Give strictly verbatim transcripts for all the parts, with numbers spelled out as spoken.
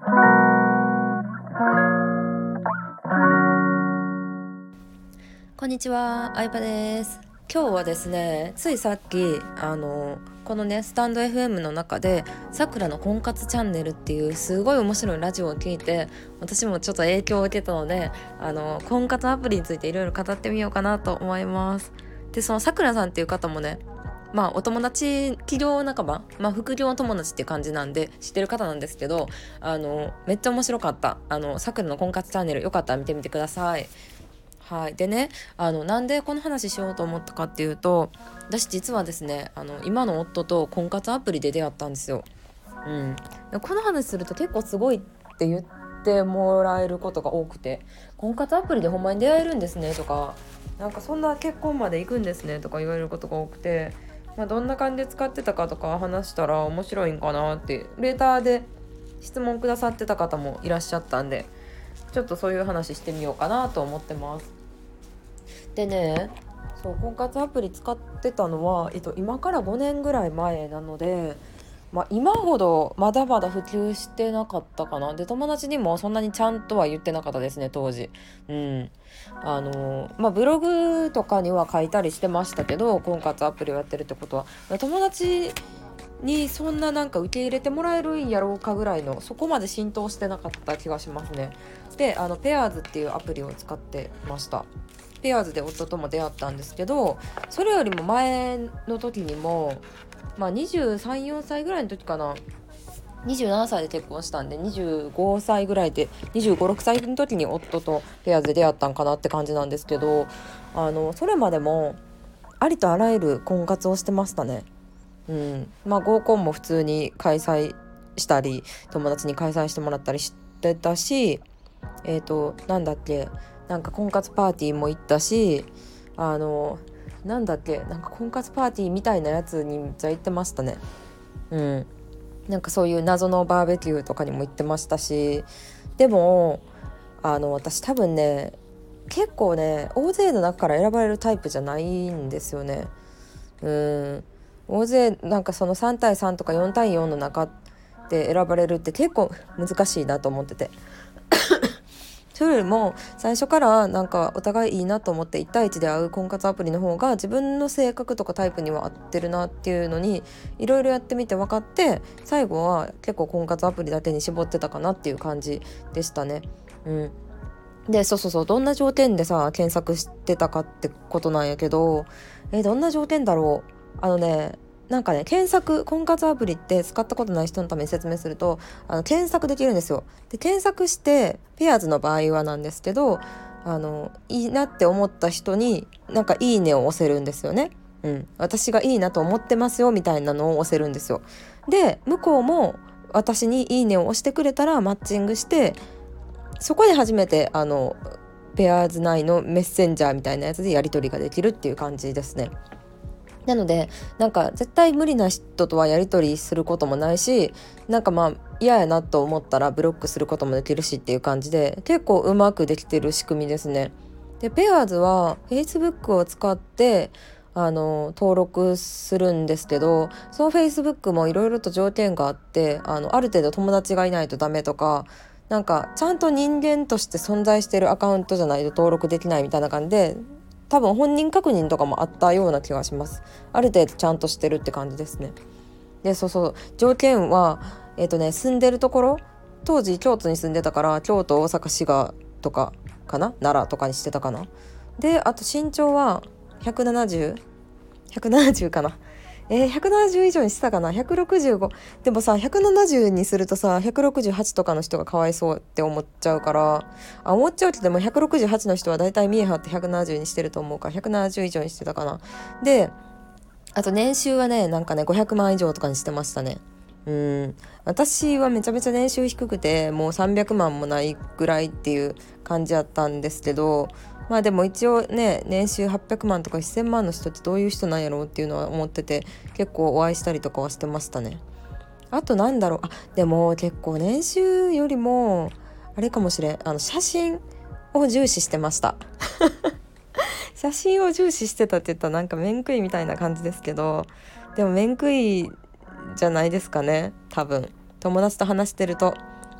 こんにちは、あいぱです。今日はですね、ついさっきあのこのねスタンド エフエム の中でさくらの婚活チャンネルっていうすごい面白いラジオを聞いて、私もちょっと影響を受けたので、あの婚活アプリについていろいろ語ってみようかなと思います。で、そのさくらさんっていう方もね、まあお友達、企業仲間、まあ副業友達っていう感じなんで知ってる方なんですけど、あのめっちゃ面白かった。あのさくらの婚活チャンネル、よかったら見てみてください。はい。でね、あのなんでこの話しようと思ったかっていうと、私実はですね、あの今の夫と婚活アプリで出会ったんですよ。うん。この話すると結構すごいって言ってもらえることが多くて、婚活アプリでほんまに出会えるんですねとか、なんかそんな結婚まで行くんですねとか言われることが多くて、まあ、どんな感じで使ってたかとか話したら面白いんかなって、レーターで質問くださってた方もいらっしゃったんで、ちょっとそういう話してみようかなと思ってます。でね、そう婚活アプリ使ってたのは、えっと、今からごねんぐらい前なので、まあ、今ほどまだまだ普及してなかったかな。で、友達にもそんなにちゃんとは言ってなかったですね、当時。うんあのまあブログとかには書いたりしてましたけど、婚活アプリをやってるってことは友達にそんななんか受け入れてもらえるんやろうかぐらいの、そこまで浸透してなかった気がしますね。で、あのペアーズっていうアプリを使ってました。ペアーズで夫とも出会ったんですけど、それよりも前の時にも、まあにじゅうさん、よんさいぐらいの時かな、にじゅうななさいで結婚したんで、にじゅうごさいぐらいで、にじゅうご、ろくさいの時に夫とペアーズで出会ったんかなって感じなんですけど、あのそれまでもありとあらゆる婚活をしてましたね。うん、まあ合コンも普通に開催したり、友達に開催してもらったりしてたし、えっとなんだっけ、なんか婚活パーティーも行ったし、あのなんだっけ、なんか婚活パーティーみたいなやつにめっちゃ行ってましたね。うんなんかそういう謎のバーベキューとかにも行ってましたし、でもあの私多分ね、結構ね大勢の中から選ばれるタイプじゃないんですよね。うん大勢なんかそのさん対さんとかよん対よんの中で選ばれるって結構難しいなと思ってて、それよりも最初からなんかお互いいいなと思っていち対いちで会う婚活アプリの方が自分の性格とかタイプには合ってるなっていうのにいろいろやってみて分かって、最後は結構婚活アプリだけに絞ってたかなっていう感じでしたね。うんで、そうそうそう、どんな条件でさ検索してたかってことなんやけど、えどんな条件だろう。あのね、なんかね、検索、婚活アプリって使ったことない人のために説明すると、あの検索できるんですよ。で、検索してペアーズの場合はなんですけど、あのいいなって思った人になんかいいねを押せるんですよね。うん、私がいいなと思ってますよみたいなのを押せるんですよ。で、向こうも私にいいねを押してくれたらマッチングして、そこで初めてあのペアーズ内のメッセンジャーみたいなやつでやり取りができるっていう感じですね。なのでなんか絶対無理な人とはやり取りすることもないし、なんかまあ嫌やなと思ったらブロックすることもできるしっていう感じで、結構うまくできてる仕組みですね。で、ペアーズは Facebook を使ってあの登録するんですけど、その Facebook もいろいろと条件があって、あのある程度友達がいないとダメとか、なんかちゃんと人間として存在してるアカウントじゃないと登録できないみたいな感じで、多分本人確認とかもあったような気がします。ある程度ちゃんとしてるって感じですね。で、そうそう、条件はえっとね住んでるところ、当時京都に住んでたから京都、大阪、滋賀とかかな、奈良とかにしてたかな。で、あと身長はひゃくななじゅう、ひゃくななじゅうかな。えー、ひゃくななじゅう以上にしてたかな。ひゃくろくじゅうごでもさ、ひゃくななじゅうにするとさひゃくろくじゅうはちとかの人がかわいそうって思っちゃうから、あ思っちゃうけどもひゃくろくじゅうはちの人はだいたい見え張ってひゃくななじゅうにしてると思うからひゃくななじゅう以上にしてたかな。で、あと年収はね、なんかねごひゃくまん以上とかにしてましたね。うん私はめちゃめちゃ年収低くて、もうさんびゃくまんもないぐらいっていう感じやったんですけど、まあでも一応ね、年収はっぴゃくまんとかせんまんの人ってどういう人なんやろうっていうのは思ってて、結構お会いしたりとかはしてましたね。あとなんだろう、あでも結構年収よりもあれかもしれん、あの写真を重視してました。写真を重視してたって言ったらなんか面食いみたいな感じですけど、でも面食いじゃないですかね、多分友達と話してると。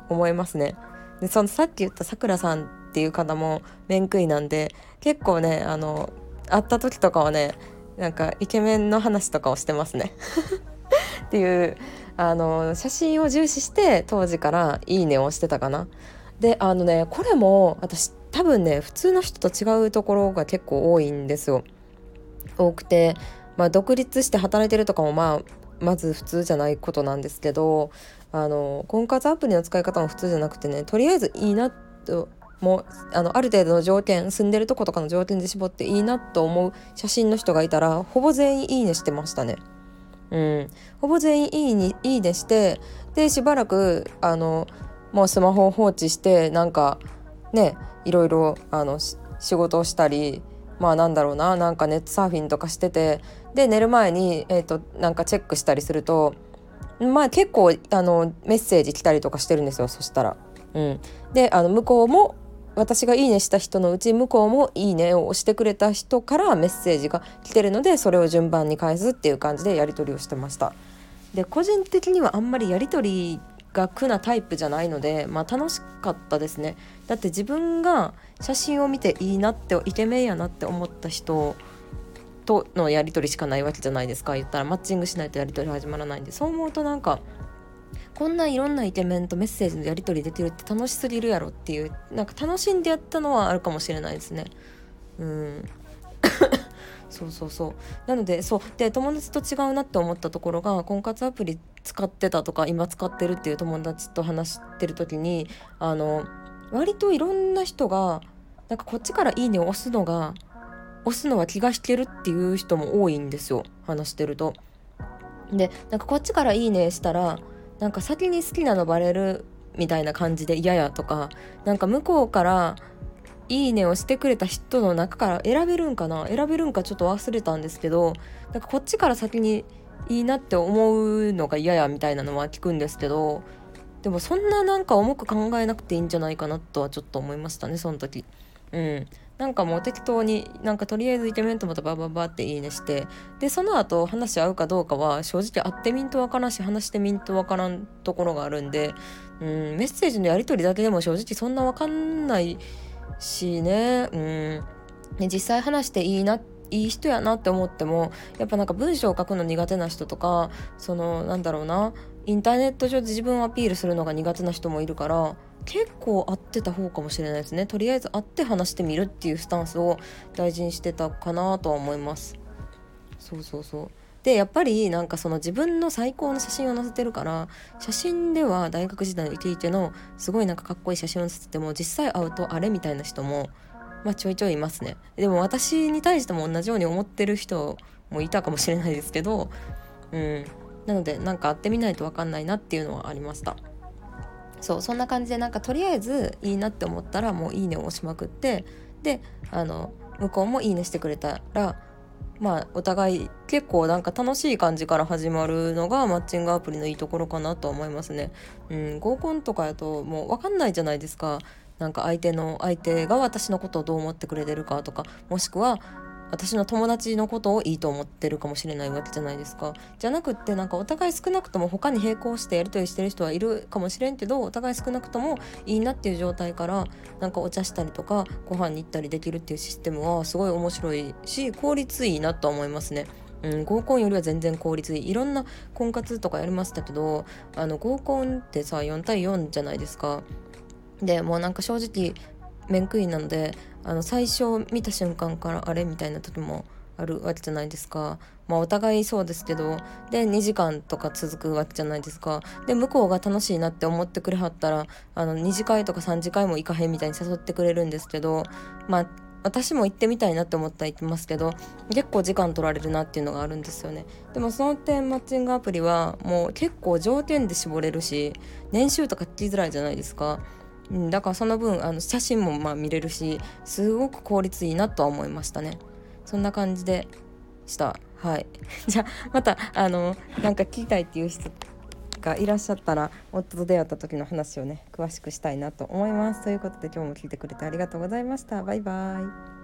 思いますね。でそのさっき言ったさくらさんっていう方も面食いなんで、結構ねあの会った時とかはねなんかイケメンの話とかをしてますねっていうあの写真を重視して当時からいいねをしてたかな。であのねこれも私多分ね普通の人と違うところが結構多いんですよ。多くて、まあ、独立して働いてるとかもまあまず普通じゃないことなんですけど、あの婚活アプリの使い方も普通じゃなくてね、とりあえずいいなともうあのある程度の条件、住んでるとことかの条件で絞っていいなと思う写真の人がいたらほぼ全員いいねしてましたね。うん、ほぼ全員いいにいいねして、でしばらくあのもうスマホを放置してなんかねいろいろあの仕事をしたり、まあなんだろうななんかネットサーフィンとかしてて、で寝る前に、えーと、なんかチェックしたりすると、まあ結構あのメッセージ来たりとかしてるんですよ。そしたら、うん、であの向こうも私がいいねした人のうち向こうもいいねを押してくれた人からメッセージが来てるので、それを順番に返すっていう感じでやり取りをしてました。で個人的にはあんまりやり取りが苦なタイプじゃないので、まあ楽しかったですね。だって自分が写真を見ていいなってイケメンやなって思った人とのやり取りしかないわけじゃないですか。言ったらマッチングしないとやり取り始まらないんで、そう思うとなんかこんないろんなイケメンとメッセージのやり取りできるって楽しすぎるやろっていう、なんか楽しんでやったのはあるかもしれないですね。うんそうそうそう。なのでそうで友達と違うなって思ったところが、婚活アプリ使ってたとか今使ってるっていう友達と話してる時に、あの割といろんな人がなんかこっちからいいねを押すのが押すのは気が引けるっていう人も多いんですよ、話してると。でなんかこっちからいいねしたらなんか先に好きなのバレるみたいな感じで嫌やとか、なんか向こうからいいねをしてくれた人の中から選べるんかな選べるんかちょっと忘れたんですけど、なんかこっちから先にいいなって思うのが嫌やみたいなのは聞くんですけど、でもそんななんか重く考えなくていいんじゃないかなとはちょっと思いましたね、その時。うん、なんかもう適当になんかとりあえずイケメンとまたバババっていいねして、でその後話合うかどうかは正直会ってみんとわからんし話してみんとわからんところがあるんで、うん、メッセージのやり取りだけでも正直そんなわかんないしね、うん、で実際話していいないい人やなって思ってもやっぱなんか文章を書くの苦手な人とか、そのなんだろうなインターネット上で自分をアピールするのが苦手な人もいるから、結構合ってた方かもしれないですね。とりあえず会って話してみるっていうスタンスを大事にしてたかなとは思います。そうそうそう。でやっぱりなんかその自分の最高の写真を載せてるから、写真では大学時代のイケイケのすごいなんかかっこいい写真を載せてても実際会うとあれみたいな人もまあちょいちょいいますね。でも私に対しても同じように思ってる人もいたかもしれないですけど、うんなのでなんか会ってみないと分かんないなっていうのはありました。そうそんな感じでなんかとりあえずいいなって思ったらもういいねを押しまくって、であの向こうもいいねしてくれたらまあお互い結構なんか楽しい感じから始まるのがマッチングアプリのいいところかなと思いますね。うん、合コンとかやともう分かんないじゃないですか。なんか相手の相手が私のことをどう思ってくれてるかとか、もしくは私の友達のことをいいと思ってるかもしれないわけじゃないですか。じゃなくってなんかお互い少なくとも他に並行してやり取りしてる人はいるかもしれんけど、お互い少なくともいいなっていう状態からなんかお茶したりとかご飯に行ったりできるっていうシステムはすごい面白いし効率いいなと思いますね。うん、合コンよりは全然効率いい。いろんな婚活とかやりましたけど、あの合コンってさよん対よんじゃないですか。でもうなんか正直面食いなので、あの最初見た瞬間からあれみたいな時もあるわけじゃないですか。まあお互いそうですけど、でにじかんとか続くわけじゃないですか。で向こうが楽しいなって思ってくれはったらあのに次会とかさん次会も行かへんみたいに誘ってくれるんですけど、まあ私も行ってみたいなって思ったら行きますけど、結構時間取られるなっていうのがあるんですよね。でもその点マッチングアプリはもう結構条件で絞れるし、年収とか聞きづらいじゃないですか。うん、だからその分あの写真もまあ見れるし、すごく効率いいなとは思いましたね。そんな感じでした。はいじゃあまたあのなんか聞きたいっていう人がいらっしゃったら、夫と出会った時の話をね詳しくしたいなと思います。ということで今日も聞いてくれてありがとうございました。バイバイ。